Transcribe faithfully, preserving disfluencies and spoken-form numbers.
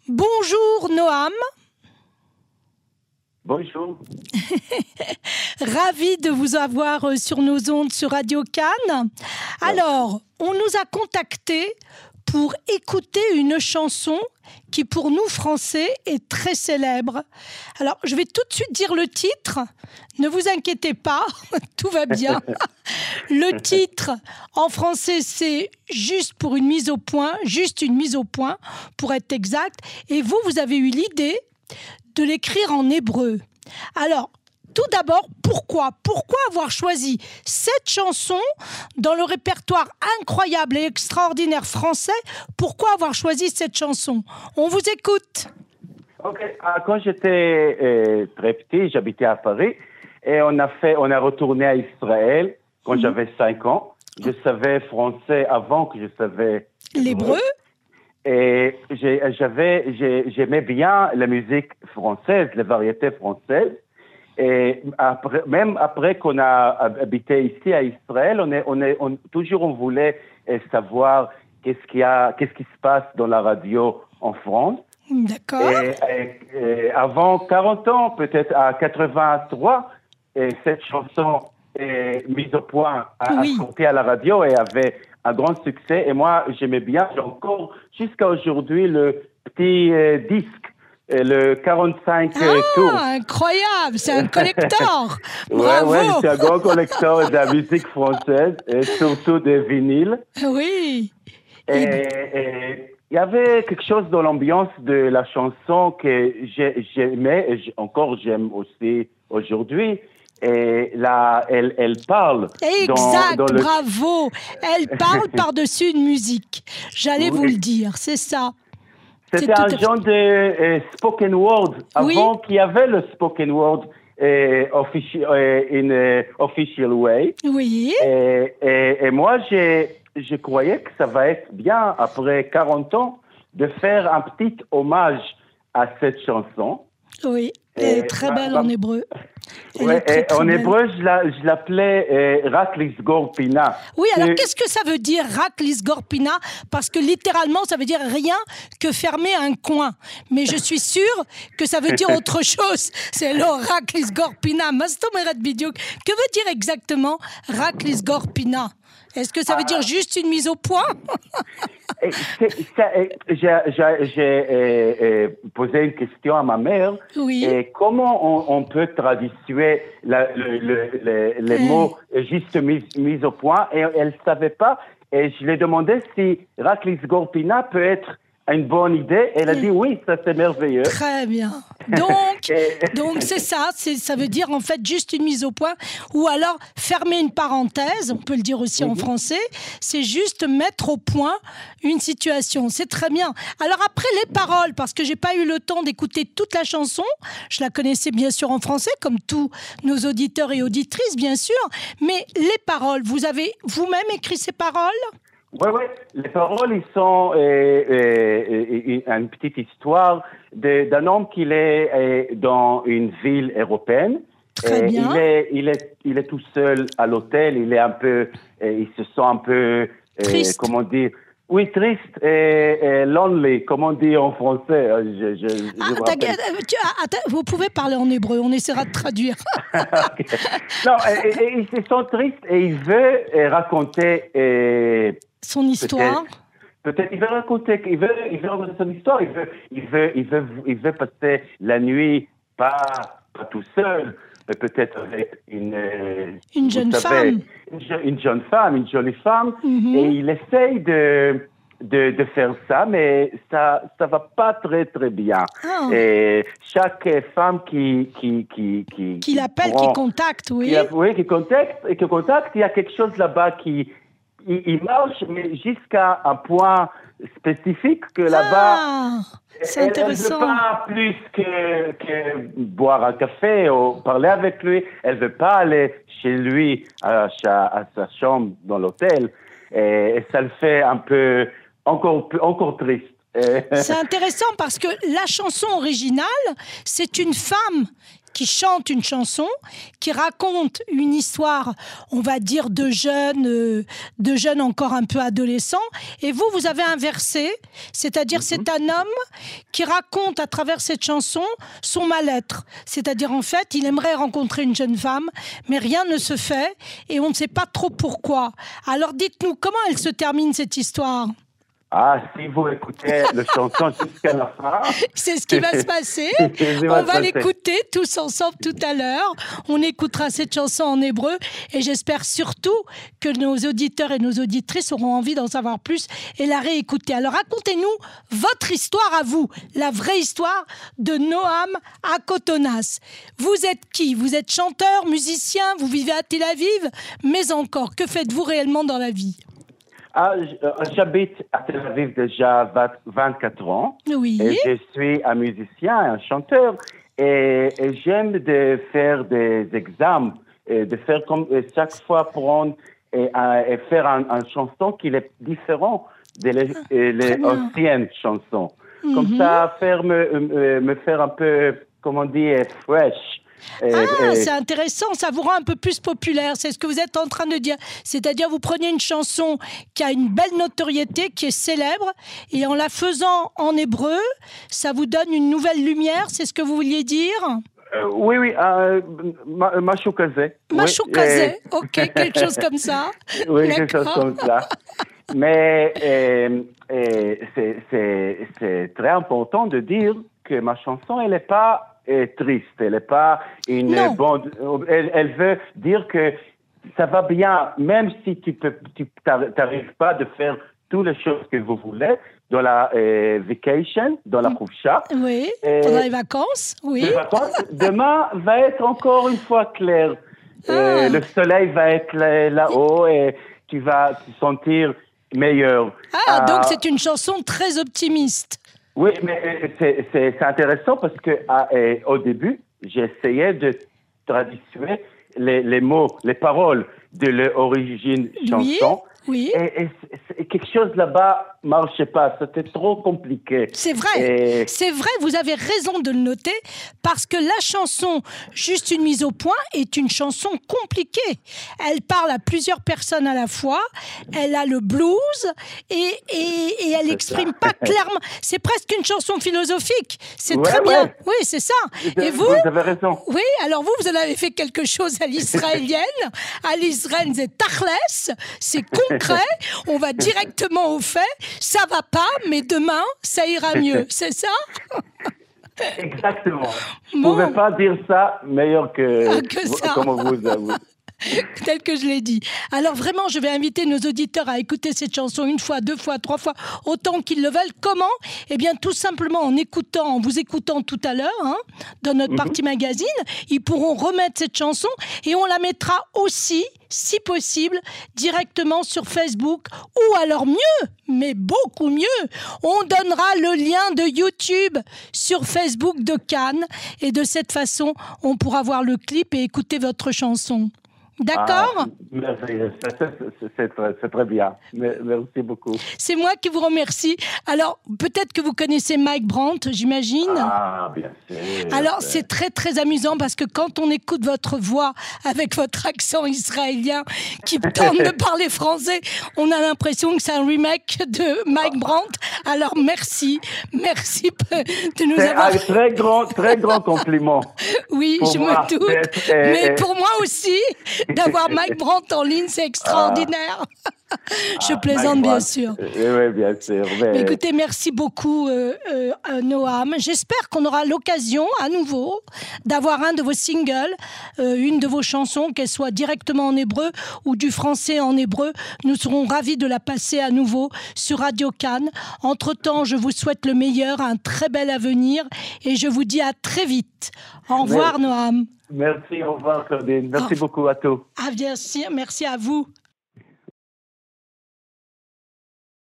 Bonjour Noam. Bonjour. Ravi de vous avoir sur nos ondes sur Radio Cannes. Alors, on nous a contactés pour écouter une chanson qui, pour nous Français, est très célèbre. Alors, je vais tout de suite dire le titre. Ne vous inquiétez pas, tout va bien. Le titre, en français, c'est Juste pour une mise au point, juste une mise au point, pour être exact. Et vous, vous avez eu l'idée de l'écrire en hébreu. Alors, tout d'abord, pourquoi Pourquoi avoir choisi cette chanson dans le répertoire incroyable et extraordinaire français? Pourquoi avoir choisi cette chanson? On vous écoute. Ok. Quand j'étais euh, très petit, j'habitais à Paris et on a fait, on a retourné à Israël quand mmh. j'avais cinq ans. Je savais français avant que je savais l'hébreu. Et j'ai, j'avais, j'ai, j'aimais bien la musique française, les variétés françaises. Et après, même après qu'on a habité ici à Israël, on est, on est, on, toujours on voulait savoir qu'est-ce qu'il y a, qu'est-ce qui se passe dans la radio en France. D'accord. Et, et, et avant quarante ans, peut-être à quatre-vingt-trois, et cette chanson est mise au point à, oui. à sortir à la radio et avait un grand succès. Et moi, j'aimais bien, j'ai encore jusqu'à aujourd'hui le petit euh, disque. Le quarante-cinq ah, tours. Incroyable, c'est un collector. Bravo. Ouais, ouais, je suis un grand collector de la musique française et surtout des vinyles. Oui. Et il y avait quelque chose dans l'ambiance de la chanson que j'aimais et encore j'aime aussi aujourd'hui. Et là, elle, elle parle. Exact, dans, dans le... bravo. Elle parle par-dessus une musique. J'allais oui. vous le dire, c'est ça. C'était un genre de euh, spoken word avant oui. qu'il y avait le spoken word euh, offici euh, in uh, official way. Oui. Et, et, et moi, j'ai, je croyais que ça va être bien, après quarante ans, de faire un petit hommage à cette chanson. Oui, elle est très bah, belle bah, en hébreu. Ouais, très, très en belle. Hébreu, je, la, je l'appelais euh, Rak Lisgor Pina. Oui, alors que... qu'est-ce que ça veut dire Rak Lisgor Pina? Parce que littéralement, ça veut dire rien que fermer un coin. Mais je suis sûre que ça veut dire autre chose. C'est le Rak Lisgor Pina. Mastomeret Bidiouk. Que veut dire exactement Rak Lisgor Pina? Est-ce que ça veut dire juste une mise au point? J'ai, j'ai, j'ai euh, posé une question à ma mère. Oui. Et comment on, on peut traduire la, le, le, le, les hey. mots juste mise, mise au point? Et elle ne savait pas. Et je lui ai demandé si Rak Lisgor Pina peut être une bonne idée. Elle a dit oui, ça c'est merveilleux. Très bien. Donc, donc c'est ça. C'est, ça veut dire en fait juste une mise au point. Ou alors fermer une parenthèse, on peut le dire aussi mm-hmm. en français. C'est juste mettre au point une situation. C'est très bien. Alors après les paroles, parce que j'ai pas eu le temps d'écouter toute la chanson. Je la connaissais bien sûr en français, comme tous nos auditeurs et auditrices, bien sûr. Mais les paroles, vous avez vous-même écrit ces paroles? Oui, oui. Les paroles, ils sont euh, euh, euh, une petite histoire de, d'un homme qui est euh, dans une ville européenne. Très et bien. Il est, il est, il est tout seul à l'hôtel. Il est un peu, euh, il se sent un peu, euh, comment dire, oui, triste et, et lonely, comme on dit en français. Je, je, je ah, tu, attends, vous pouvez parler en hébreu, on essaiera de traduire. okay. Non, et, et, il se sent triste et il veut raconter euh, son histoire. Peut-être, peut-être il veut raconter, il veut, il veut raconter son histoire. Il veut, il veut, il veut, il veut passer la nuit pas, pas tout seul, mais peut-être avec une une jeune savez, femme, une, une jeune femme, une jolie femme, mm-hmm. et il essaye de De, de faire ça, mais ça ça va pas très très bien. Oh. Et chaque femme qui qui qui qui qui l'appelle, qui, qui contacte, oui, qui, oui, qui contacte et qui contacte, il y a quelque chose là-bas qui il, il marche, mais jusqu'à un point spécifique que là-bas. Ah, c'est elle, intéressant. Elle veut pas plus que que boire un café ou parler avec lui. Elle veut pas aller chez lui à, à sa chambre dans l'hôtel. Et, et ça le fait un peu Encore, encore triste. C'est intéressant parce que la chanson originale, c'est une femme qui chante une chanson, qui raconte une histoire, on va dire, de jeunes, euh, de jeunes encore un peu adolescents. Et vous, vous avez inversé, c'est-à-dire mm-hmm. c'est un homme qui raconte à travers cette chanson son mal-être. C'est-à-dire, en fait, il aimerait rencontrer une jeune femme, mais rien ne se fait et on ne sait pas trop pourquoi. Alors, dites-nous, comment elle se termine, cette histoire ? Ah, si vous écoutez la chanson jusqu'à la fin... C'est ce qui va se passer. On va l'écouter tous ensemble tout à l'heure. On écoutera cette chanson en hébreu et j'espère surtout que nos auditeurs et nos auditrices auront envie d'en savoir plus et la réécouter. Alors, racontez-nous votre histoire à vous, la vraie histoire de Noam Akotonas. Vous êtes qui ? Vous êtes chanteur, musicien, vous vivez à Tel Aviv, mais encore, que faites-vous réellement dans la vie ? Ah, j'habite à Tel Aviv déjà vingt-quatre ans. Oui. Et je suis un musicien, un chanteur. Et, et j'aime de faire des examens, et de faire comme chaque fois prendre et, et faire un, un chanson qui est différent des les, ah, les anciennes chansons. Mm-hmm. Comme ça, faire me, me faire un peu, comment on dit, fresh. Et, ah, et... c'est intéressant, ça vous rend un peu plus populaire, c'est ce que vous êtes en train de dire. C'est-à-dire, vous prenez une chanson qui a une belle notoriété, qui est célèbre, et en la faisant en hébreu, ça vous donne une nouvelle lumière, c'est ce que vous vouliez dire ? euh, Oui, oui, euh, Machou Kazé. Machou Kazé, oui. Ok, quelque chose comme ça. Oui, D'accord. quelque chose comme ça. Mais euh, euh, c'est, c'est, c'est très important de dire que ma chanson, elle n'est pas... est triste, elle n'est pas une non. bonne... Elle, elle veut dire que ça va bien, même si tu peux, tu n'arrives pas de faire toutes les choses que vous voulez dans la euh, vacation, dans la khufsha. Oui, et pendant les vacances, oui. Les vacances, demain va être encore une fois clair. Ah. Euh, le soleil va être là-haut et tu vas te sentir meilleur. Ah, euh, donc c'est une chanson très optimiste. Oui, mais c'est, c'est, c'est intéressant parce que à, euh, au début, j'ai essayé de traduire les, les mots, les paroles de l'origine chanson. Oui, oui. Et, et c'est, c'est quelque chose là-bas marchait pas, c'était trop compliqué. C'est vrai, et... c'est vrai, vous avez raison de le noter, parce que la chanson Juste une mise au point est une chanson compliquée. Elle parle à plusieurs personnes à la fois, elle a le blues et, et, et elle n'exprime pas clairement. C'est presque une chanson philosophique, c'est ouais, très ouais. bien. Oui, c'est ça. Et vous, vous avez raison. Oui, alors vous, vous en avez fait quelque chose à l'israélienne. À l'israélienne, c'est tachles, c'est concret, on va directement au fait. Ça va pas, mais demain, ça ira mieux. C'est ça ? Exactement. Bon. Je ne pouvais pas dire ça meilleur que, ah, que ça. Comme vous avez. Tel que je l'ai dit. Alors vraiment, je vais inviter nos auditeurs à écouter cette chanson une fois, deux fois, trois fois, autant qu'ils le veulent. Comment ? Eh bien, tout simplement en écoutant, en vous écoutant tout à l'heure, hein, dans notre mm-hmm. partie magazine, ils pourront remettre cette chanson et on la mettra aussi, si possible, directement sur Facebook ou alors mieux, mais beaucoup mieux, on donnera le lien de YouTube sur Facebook de Cannes et de cette façon, on pourra voir le clip et écouter votre chanson. D'accord ? Ah, merveilleux, c'est, c'est, c'est, très, c'est très bien. Merci beaucoup. C'est moi qui vous remercie. Alors, peut-être que vous connaissez Mike Brandt, j'imagine. Ah, bien sûr. Alors, c'est très, très amusant parce que quand on écoute votre voix avec votre accent israélien qui tente de parler français, on a l'impression que c'est un remake de Mike Brandt. Alors, merci. Merci de nous c'est avoir... C'est un très grand, très grand compliment. Oui, je moi. me doute. C'est, Mais pour moi aussi... D'avoir Mike Brandt en ligne, c'est extraordinaire. Ah. Je plaisante, bien sûr. Oui, bien sûr. Mais... Mais écoutez, merci beaucoup, euh, euh, Noam. J'espère qu'on aura l'occasion, à nouveau, d'avoir un de vos singles, euh, une de vos chansons, qu'elle soit directement en hébreu ou du français en hébreu. Nous serons ravis de la passer à nouveau sur Radio Cannes. Entre-temps, je vous souhaite le meilleur, un très bel avenir et je vous dis à très vite. Au revoir, merci. Noam. Merci, au revoir, Claudine. Merci oh. beaucoup à tous. Ah, bien sûr, merci à vous.